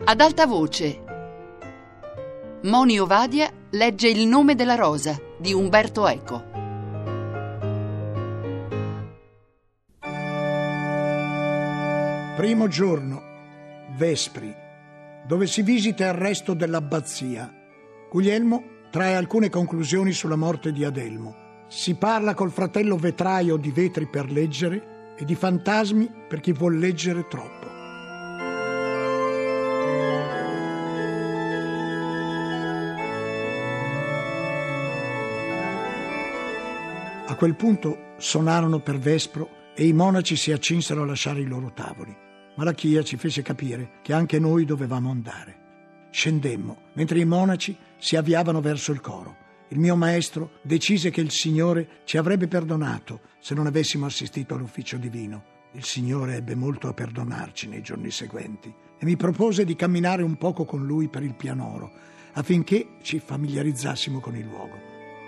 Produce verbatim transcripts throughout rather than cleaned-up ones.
Ad alta voce, Moni Ovadia legge Il nome della rosa di Umberto Eco. Primo giorno, Vespri, dove si visita il resto dell'abbazia. Guglielmo trae alcune conclusioni sulla morte di Adelmo. Si parla col fratello Vetraio di vetri per leggere e di fantasmi per chi vuol leggere troppo. A quel punto sonarono per vespro e i monaci si accinsero a lasciare i loro tavoli. Malachia ci fece capire che anche noi dovevamo andare. Scendemmo, mentre i monaci si avviavano verso il coro. Il mio maestro decise che il Signore ci avrebbe perdonato se non avessimo assistito all'ufficio divino. Il Signore ebbe molto a perdonarci nei giorni seguenti e mi propose di camminare un poco con lui per il pianoro affinché ci familiarizzassimo con il luogo.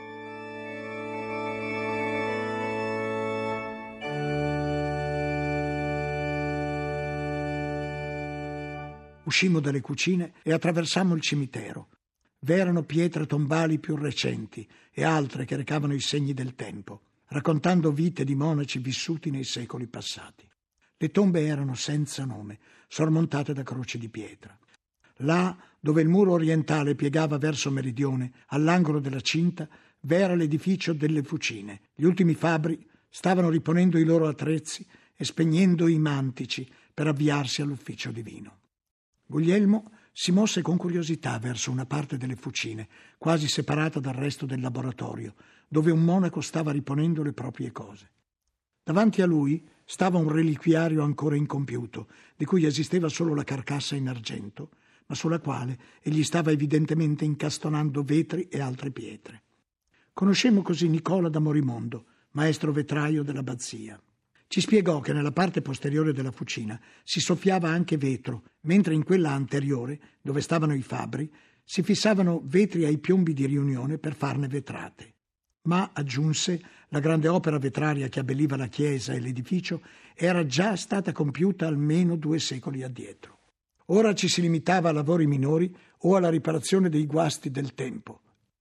Uscimmo dalle cucine e attraversammo il cimitero. V'erano pietre tombali più recenti e altre che recavano i segni del tempo, raccontando vite di monaci vissuti nei secoli passati. Le tombe erano senza nome, sormontate da croci di pietra. Là, dove il muro orientale piegava verso meridione, all'angolo della cinta, v'era l'edificio delle fucine. Gli ultimi fabbri stavano riponendo i loro attrezzi e spegnendo i mantici per avviarsi all'ufficio divino. Guglielmo si mosse con curiosità verso una parte delle fucine, quasi separata dal resto del laboratorio, dove un monaco stava riponendo le proprie cose. Davanti a lui stava un reliquiario ancora incompiuto, di cui esisteva solo la carcassa in argento, ma sulla quale egli stava evidentemente incastonando vetri e altre pietre. Conoscemmo così Nicola da Morimondo, maestro vetraio dell'abbazia. Ci spiegò che nella parte posteriore della fucina si soffiava anche vetro, mentre in quella anteriore, dove stavano i fabbri, si fissavano vetri ai piombi di riunione per farne vetrate. Ma, aggiunse, la grande opera vetraria che abbelliva la chiesa e l'edificio era già stata compiuta almeno due secoli addietro. Ora ci si limitava a lavori minori o alla riparazione dei guasti del tempo.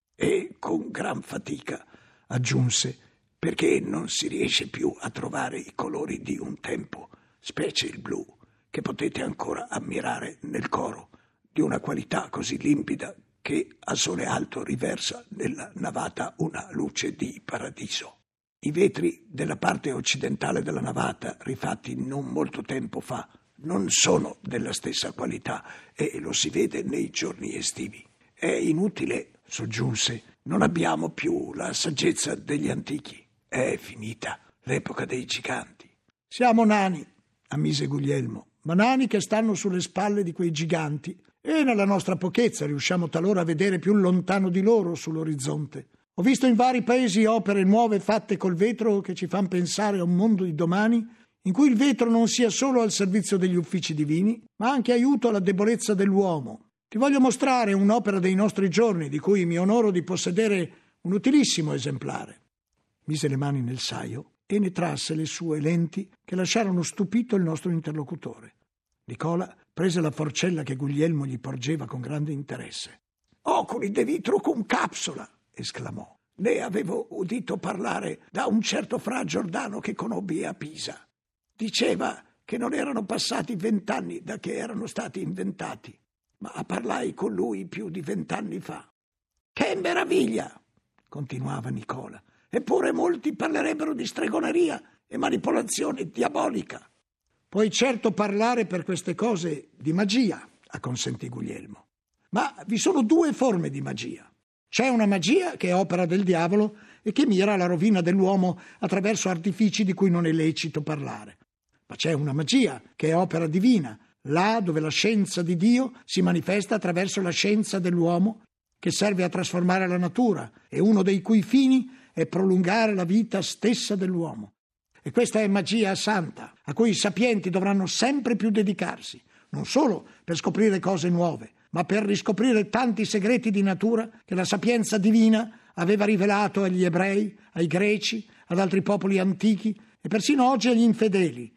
E con gran fatica, aggiunse, perché non si riesce più a trovare i colori di un tempo, specie il blu, che potete ancora ammirare nel coro, di una qualità così limpida che a sole alto riversa nella navata una luce di paradiso. I vetri della parte occidentale della navata, rifatti non molto tempo fa, non sono della stessa qualità e lo si vede nei giorni estivi. È inutile, soggiunse, non abbiamo più la saggezza degli antichi. È finita l'epoca dei giganti. Siamo nani, ammise Guglielmo, ma nani che stanno sulle spalle di quei giganti e nella nostra pochezza riusciamo talora a vedere più lontano di loro sull'orizzonte. Ho visto in vari paesi opere nuove fatte col vetro che ci fanno pensare a un mondo di domani in cui il vetro non sia solo al servizio degli uffici divini, ma anche aiuto alla debolezza dell'uomo. Ti voglio mostrare un'opera dei nostri giorni di cui mi onoro di possedere un utilissimo esemplare. Mise le mani nel saio e ne trasse le sue lenti che lasciarono stupito il nostro interlocutore. Nicola prese la forcella che Guglielmo gli porgeva con grande interesse. «Oculi de vitro con capsula!» esclamò. «Ne avevo udito parlare da un certo fra Giordano che conobbi a Pisa. Diceva che non erano passati vent'anni da che erano stati inventati, ma parlai con lui più di vent'anni fa. Che meraviglia!» continuava Nicola. «Eppure molti parlerebbero di stregoneria e manipolazione diabolica». «Puoi certo parlare per queste cose di magia», acconsentì Guglielmo. «Ma vi sono due forme di magia. C'è una magia che è opera del diavolo e che mira alla rovina dell'uomo attraverso artifici di cui non è lecito parlare. Ma c'è una magia che è opera divina, là dove la scienza di Dio si manifesta attraverso la scienza dell'uomo, che serve a trasformare la natura e uno dei cui fini è prolungare la vita stessa dell'uomo. E questa è magia santa, a cui i sapienti dovranno sempre più dedicarsi, non solo per scoprire cose nuove, ma per riscoprire tanti segreti di natura che la sapienza divina aveva rivelato agli ebrei, ai greci, ad altri popoli antichi e persino oggi agli infedeli.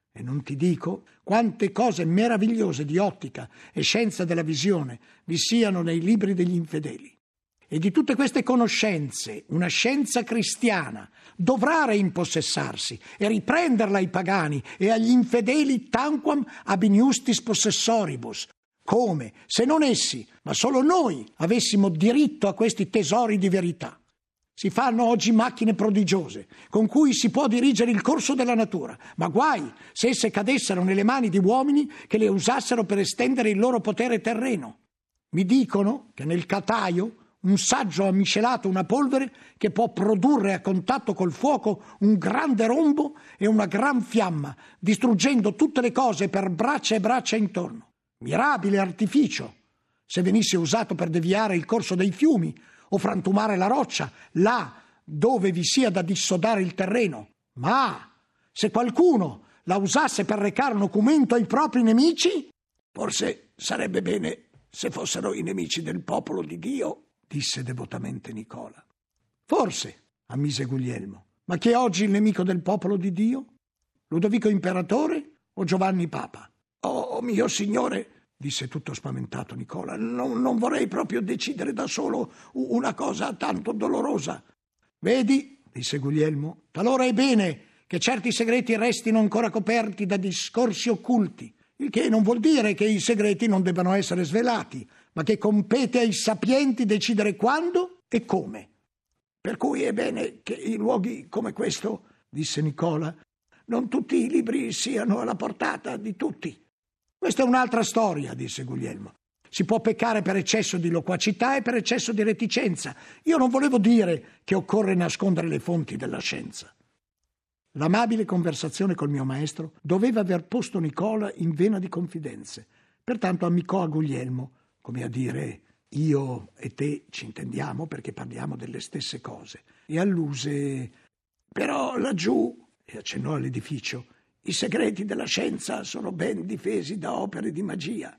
E non ti dico quante cose meravigliose di ottica e scienza della visione vi siano nei libri degli infedeli. E di tutte queste conoscenze una scienza cristiana dovrà reimpossessarsi e riprenderla ai pagani e agli infedeli tanquam ab iniustis possessoribus, come se non essi, ma solo noi, avessimo diritto a questi tesori di verità. Si fanno oggi macchine prodigiose con cui si può dirigere il corso della natura, ma guai se esse cadessero nelle mani di uomini che le usassero per estendere il loro potere terreno. Mi dicono che nel cataio un saggio ha miscelato una polvere che può produrre a contatto col fuoco un grande rombo e una gran fiamma, distruggendo tutte le cose per braccia e braccia intorno. Mirabile artificio, se venisse usato per deviare il corso dei fiumi o frantumare la roccia, là dove vi sia da dissodare il terreno. Ma se qualcuno la usasse per recare un documento ai propri nemici, forse sarebbe bene se fossero i nemici del popolo di Dio, disse devotamente Nicola. Forse, ammise Guglielmo, ma chi è oggi il nemico del popolo di Dio? Ludovico imperatore o Giovanni Papa? Oh mio signore, disse tutto spaventato Nicola, non, non vorrei proprio decidere da solo una cosa tanto dolorosa. Vedi, disse Guglielmo, talora è bene che certi segreti restino ancora coperti da discorsi occulti, il che non vuol dire che i segreti non debbano essere svelati, ma che compete ai sapienti decidere quando e come. Per cui è bene che in luoghi come questo, disse Nicola, non tutti i libri siano alla portata di tutti. Questa è un'altra storia, disse Guglielmo. Si può peccare per eccesso di loquacità e per eccesso di reticenza. Io non volevo dire che occorre nascondere le fonti della scienza. L'amabile conversazione col mio maestro doveva aver posto Nicola in vena di confidenze. Pertanto amicò a Guglielmo, come a dire, io e te ci intendiamo perché parliamo delle stesse cose. E alluse, però laggiù, e accennò all'edificio, i segreti della scienza sono ben difesi da opere di magia.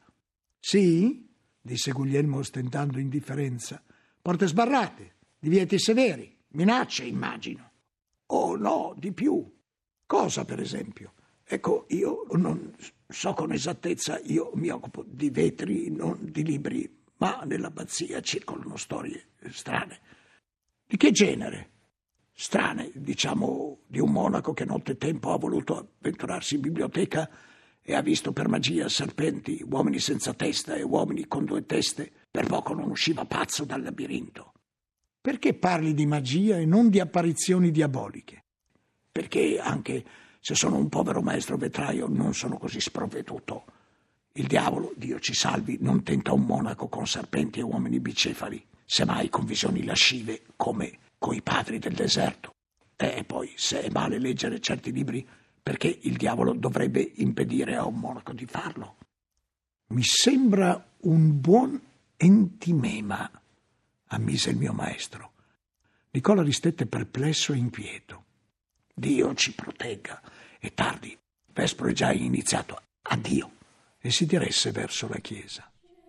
Sì, disse Guglielmo ostentando indifferenza. Porte sbarrate, divieti severi, minacce, immagino. Oh no, di più. Cosa, per esempio? Ecco, io non so con esattezza, io mi occupo di vetri, non di libri, ma nell'abbazia circolano storie strane. Di che genere? Strane, diciamo, di un monaco che nottetempo ha voluto avventurarsi in biblioteca e ha visto per magia serpenti, uomini senza testa e uomini con due teste. Per poco non usciva pazzo dal labirinto. Perché parli di magia e non di apparizioni diaboliche? Perché anche se sono un povero maestro vetraio non sono così sprovveduto. Il diavolo, Dio ci salvi, non tenta un monaco con serpenti e uomini bicefali, semmai con visioni lascive come coi padri del deserto. E poi, se è male leggere certi libri, perché il diavolo dovrebbe impedire a un monaco di farlo? Mi sembra un buon entimema, ammise il mio maestro. Nicola ristette perplesso e inquieto. Dio ci protegga. È tardi, Vespro è già iniziato. Addio. E si diresse verso la chiesa.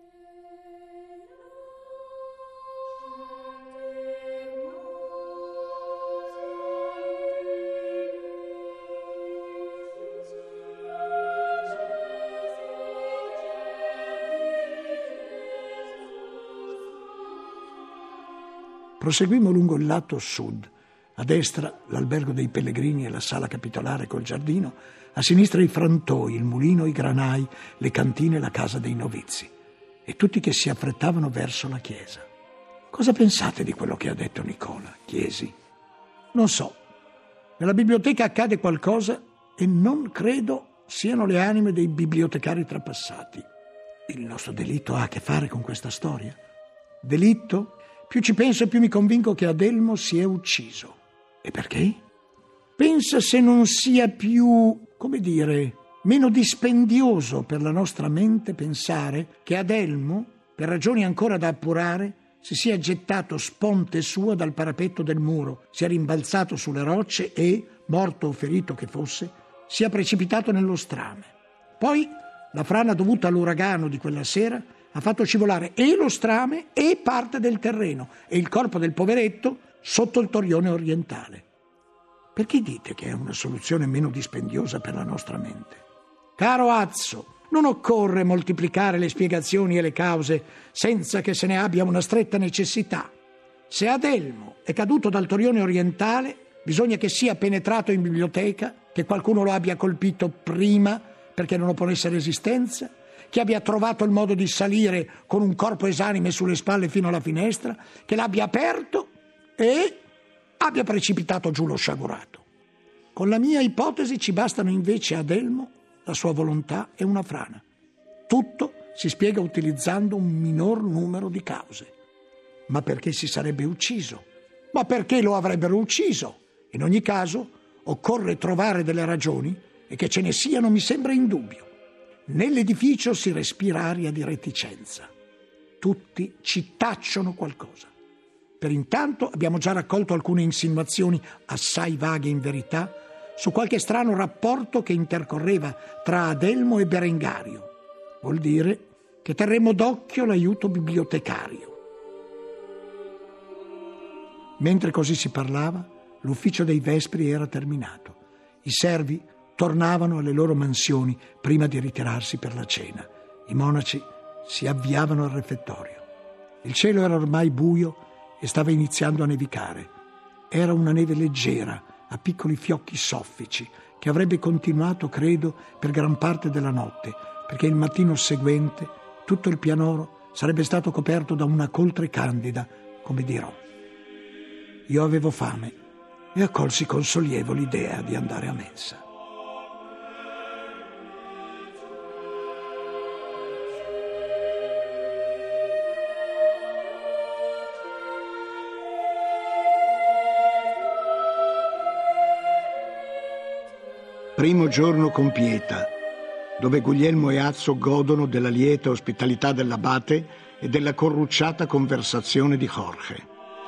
Proseguimmo lungo il lato sud. A destra l'albergo dei pellegrini e la sala capitolare col giardino, a sinistra i frantoi, il mulino, i granai, le cantine e la casa dei novizi, e tutti che si affrettavano verso la chiesa. Cosa pensate di quello che ha detto Nicola? Chiesi. Non so. Nella biblioteca accade qualcosa e non credo siano le anime dei bibliotecari trapassati. Il nostro delitto ha a che fare con questa storia? Delitto? Più ci penso e più mi convinco che Adelmo si è ucciso. E perché? Pensa se non sia più, come dire, meno dispendioso per la nostra mente pensare che Adelmo, per ragioni ancora da appurare, si sia gettato sponte sua dal parapetto del muro, sia rimbalzato sulle rocce e, morto o ferito che fosse, sia precipitato nello strame. Poi la frana dovuta all'uragano di quella sera ha fatto scivolare e lo strame e parte del terreno e il corpo del poveretto sotto il torrione orientale. Perché dite che è una soluzione meno dispendiosa per la nostra mente? Caro Azzo, non occorre moltiplicare le spiegazioni e le cause senza che se ne abbia una stretta necessità. Se Adelmo è caduto dal Torione orientale, bisogna che sia penetrato in biblioteca, che qualcuno lo abbia colpito prima perché non opponesse resistenza, che abbia trovato il modo di salire con un corpo esanime sulle spalle fino alla finestra, che l'abbia aperto e abbia precipitato giù lo sciagurato. Con la mia ipotesi ci bastano invece Adelmo, la sua volontà e una frana. Tutto si spiega utilizzando un minor numero di cause. Ma perché si sarebbe ucciso? Ma perché lo avrebbero ucciso? In ogni caso, occorre trovare delle ragioni e che ce ne siano mi sembra indubbio. Nell'edificio si respira aria di reticenza. Tutti ci tacciono qualcosa. Per intanto abbiamo già raccolto alcune insinuazioni assai vaghe in verità su qualche strano rapporto che intercorreva tra Adelmo e Berengario. Vuol dire che terremo d'occhio l'aiuto bibliotecario. Mentre così si parlava, l'ufficio dei vespri era terminato. I servi tornavano alle loro mansioni prima di ritirarsi per la cena. I monaci si avviavano al refettorio. Il cielo era ormai buio e stava iniziando a nevicare. Era una neve leggera, a piccoli fiocchi soffici, che avrebbe continuato, credo, per gran parte della notte, perché il mattino seguente tutto il pianoro sarebbe stato coperto da una coltre candida, come dirò. Io avevo fame e accolsi con sollievo l'idea di andare a mensa. Primo giorno con Pieta, dove Guglielmo e Azzo godono della lieta ospitalità dell'abate e della corrucciata conversazione di Jorge.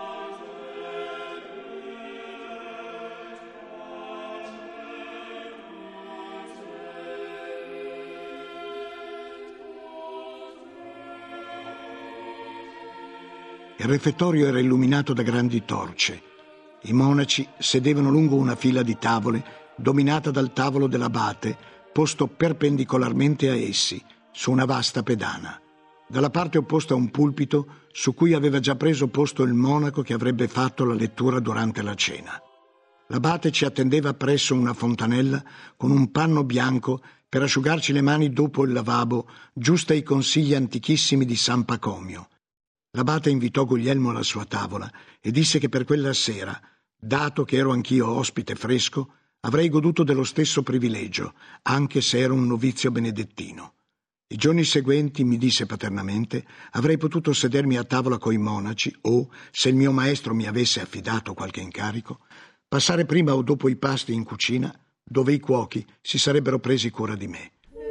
Il refettorio era illuminato da grandi torce. I monaci sedevano lungo una fila di tavole dominata dal tavolo dell'abate, posto perpendicolarmente a essi, su una vasta pedana. Dalla parte opposta un pulpito su cui aveva già preso posto il monaco che avrebbe fatto la lettura durante la cena. L'abate ci attendeva presso una fontanella con un panno bianco per asciugarci le mani dopo il lavabo, giusto ai consigli antichissimi di San Pacomio. L'abate invitò Guglielmo alla sua tavola e disse che per quella sera, dato che ero anch'io ospite fresco, avrei goduto dello stesso privilegio, anche se ero un novizio benedettino. I giorni seguenti, mi disse paternamente, avrei potuto sedermi a tavola coi monaci o, se il mio maestro mi avesse affidato qualche incarico, passare prima o dopo i pasti in cucina, dove i cuochi si sarebbero presi cura di me.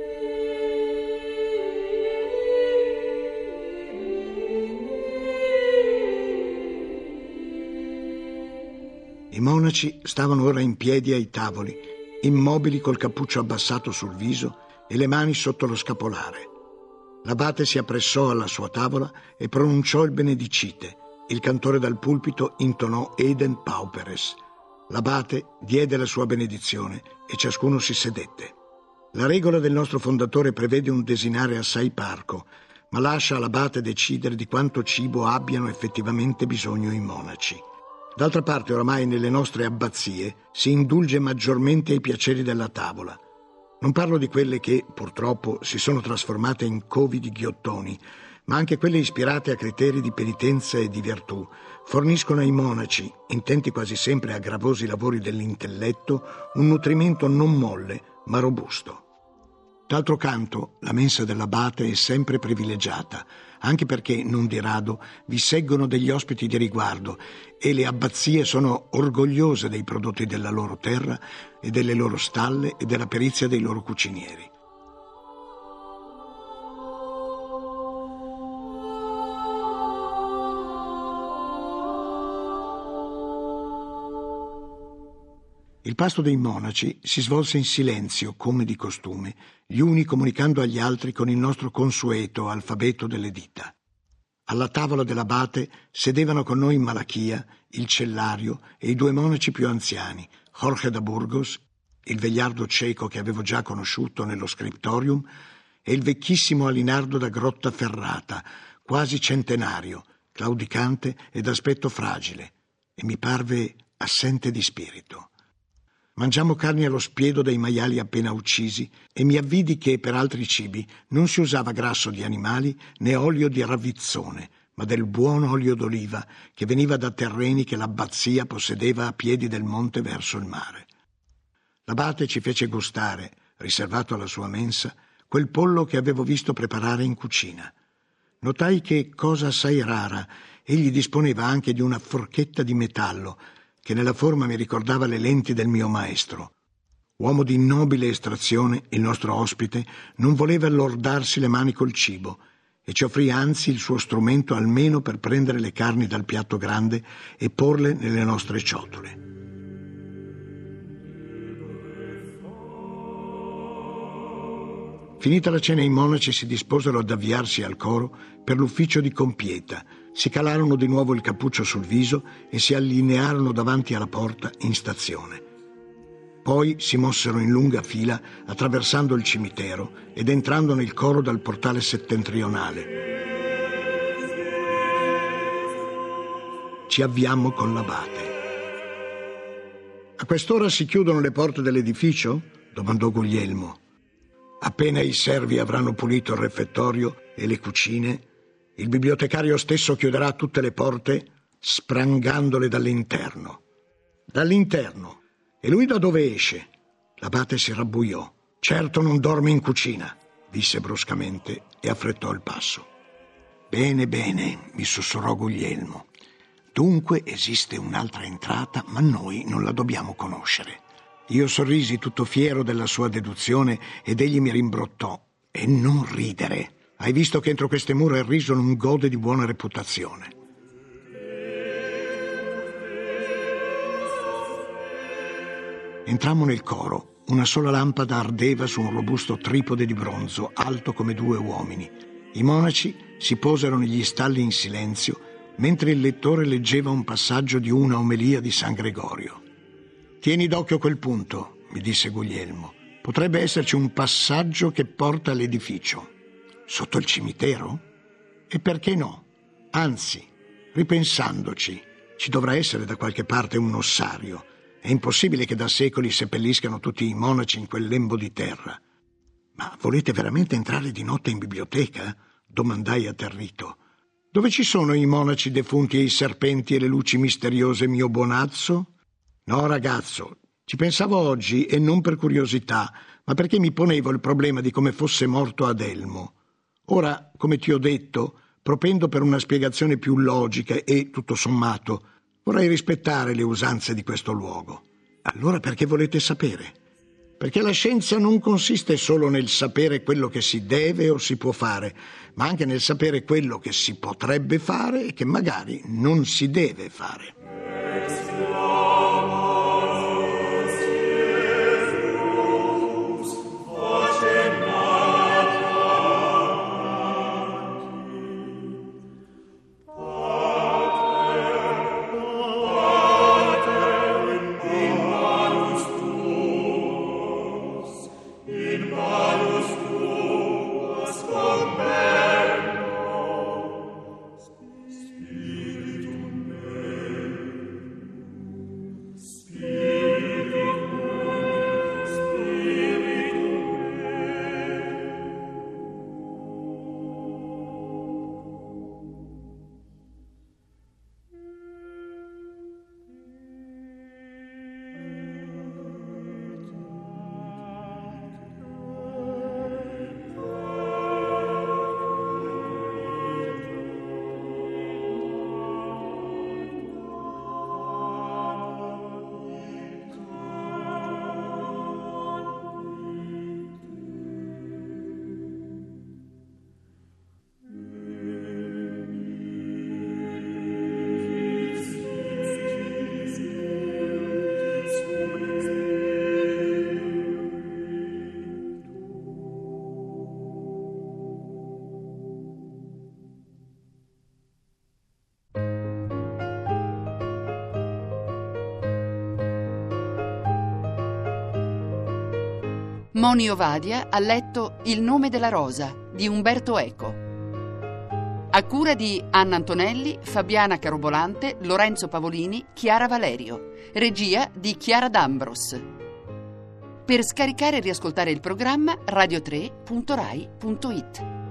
I monaci stavano ora in piedi ai tavoli, immobili col cappuccio abbassato sul viso e le mani sotto lo scapolare. L'abate si appressò alla sua tavola e pronunciò il benedicite. Il cantore dal pulpito intonò Eden Pauperes. L'abate diede la sua benedizione e ciascuno si sedette. La regola del nostro fondatore prevede un desinare assai parco, ma lascia all'abate decidere di quanto cibo abbiano effettivamente bisogno i monaci. D'altra parte, oramai nelle nostre abbazie si indulge maggiormente ai piaceri della tavola. Non parlo di quelle che, purtroppo, si sono trasformate in covi di ghiottoni, ma anche quelle ispirate a criteri di penitenza e di virtù, forniscono ai monaci, intenti quasi sempre a gravosi lavori dell'intelletto, un nutrimento non molle, ma robusto. D'altro canto, la mensa dell'abate è sempre privilegiata, anche perché, non di rado, vi seggono degli ospiti di riguardo e le abbazie sono orgogliose dei prodotti della loro terra e delle loro stalle e della perizia dei loro cucinieri. Il pasto dei monaci si svolse in silenzio, come di costume, gli uni comunicando agli altri con il nostro consueto alfabeto delle dita. Alla tavola dell'abate sedevano con noi Malachia, il cellario e i due monaci più anziani, Jorge da Burgos, il vegliardo cieco che avevo già conosciuto nello scriptorium, e il vecchissimo Alinardo da Grottaferrata, quasi centenario, claudicante e d'aspetto fragile, e mi parve assente di spirito. Mangiammo carni allo spiedo dei maiali appena uccisi e mi avvidi che per altri cibi non si usava grasso di animali né olio di ravizzone, ma del buon olio d'oliva che veniva da terreni che l'abbazia possedeva a piedi del monte verso il mare. L'abate ci fece gustare, riservato alla sua mensa, quel pollo che avevo visto preparare in cucina. Notai che, cosa assai rara, egli disponeva anche di una forchetta di metallo che nella forma mi ricordava le lenti del mio maestro. Uomo di nobile estrazione, il nostro ospite non voleva lordarsi le mani col cibo e ci offrì anzi il suo strumento almeno per prendere le carni dal piatto grande e porle nelle nostre ciotole. Finita la cena, i monaci si disposero ad avviarsi al coro per l'ufficio di compieta. Si calarono di nuovo il cappuccio sul viso e si allinearono davanti alla porta in stazione. Poi si mossero in lunga fila attraversando il cimitero ed entrando nel coro dal portale settentrionale. Ci avviammo con l'abate. «A quest'ora si chiudono le porte dell'edificio?» domandò Guglielmo. «Appena i servi avranno pulito il refettorio e le cucine, il bibliotecario stesso chiuderà tutte le porte sprangandole dall'interno. Dall'interno. E lui da dove esce?» L'abate si rabbuiò. «Certo non dorme in cucina», disse bruscamente e affrettò il passo. «Bene, bene», mi sussurrò Guglielmo. «Dunque esiste un'altra entrata, ma noi non la dobbiamo conoscere». Io sorrisi tutto fiero della sua deduzione ed egli mi rimbrottò. «E non ridere. Hai visto che entro queste mura il riso non gode di buona reputazione». Entrammo nel coro. Una sola lampada ardeva su un robusto tripode di bronzo, alto come due uomini. I monaci si posero negli stalli in silenzio, mentre il lettore leggeva un passaggio di una omelia di San Gregorio. «Tieni d'occhio quel punto», mi disse Guglielmo. «Potrebbe esserci un passaggio che porta all'edificio». «Sotto il cimitero?» «E perché no? Anzi, ripensandoci, ci dovrà essere da qualche parte un ossario. È impossibile che da secoli seppelliscano tutti i monaci in quel lembo di terra». «Ma volete veramente entrare di notte in biblioteca?» domandai atterrito. «Dove ci sono i monaci defunti e i serpenti e le luci misteriose, mio buonazzo?» «No, ragazzo, ci pensavo oggi e non per curiosità, ma perché mi ponevo il problema di come fosse morto Adelmo. Ora, come ti ho detto, propendo per una spiegazione più logica e, tutto sommato, vorrei rispettare le usanze di questo luogo». «Allora perché volete sapere?» «Perché la scienza non consiste solo nel sapere quello che si deve o si può fare, ma anche nel sapere quello che si potrebbe fare e che magari non si deve fare». Moni Ovadia ha letto Il nome della rosa di Umberto Eco. A cura di Anna Antonelli, Fabiana Carobolante, Lorenzo Pavolini, Chiara Valerio. Regia di Chiara D'Ambros. Per scaricare e riascoltare il programma radio tre punto rai punto it.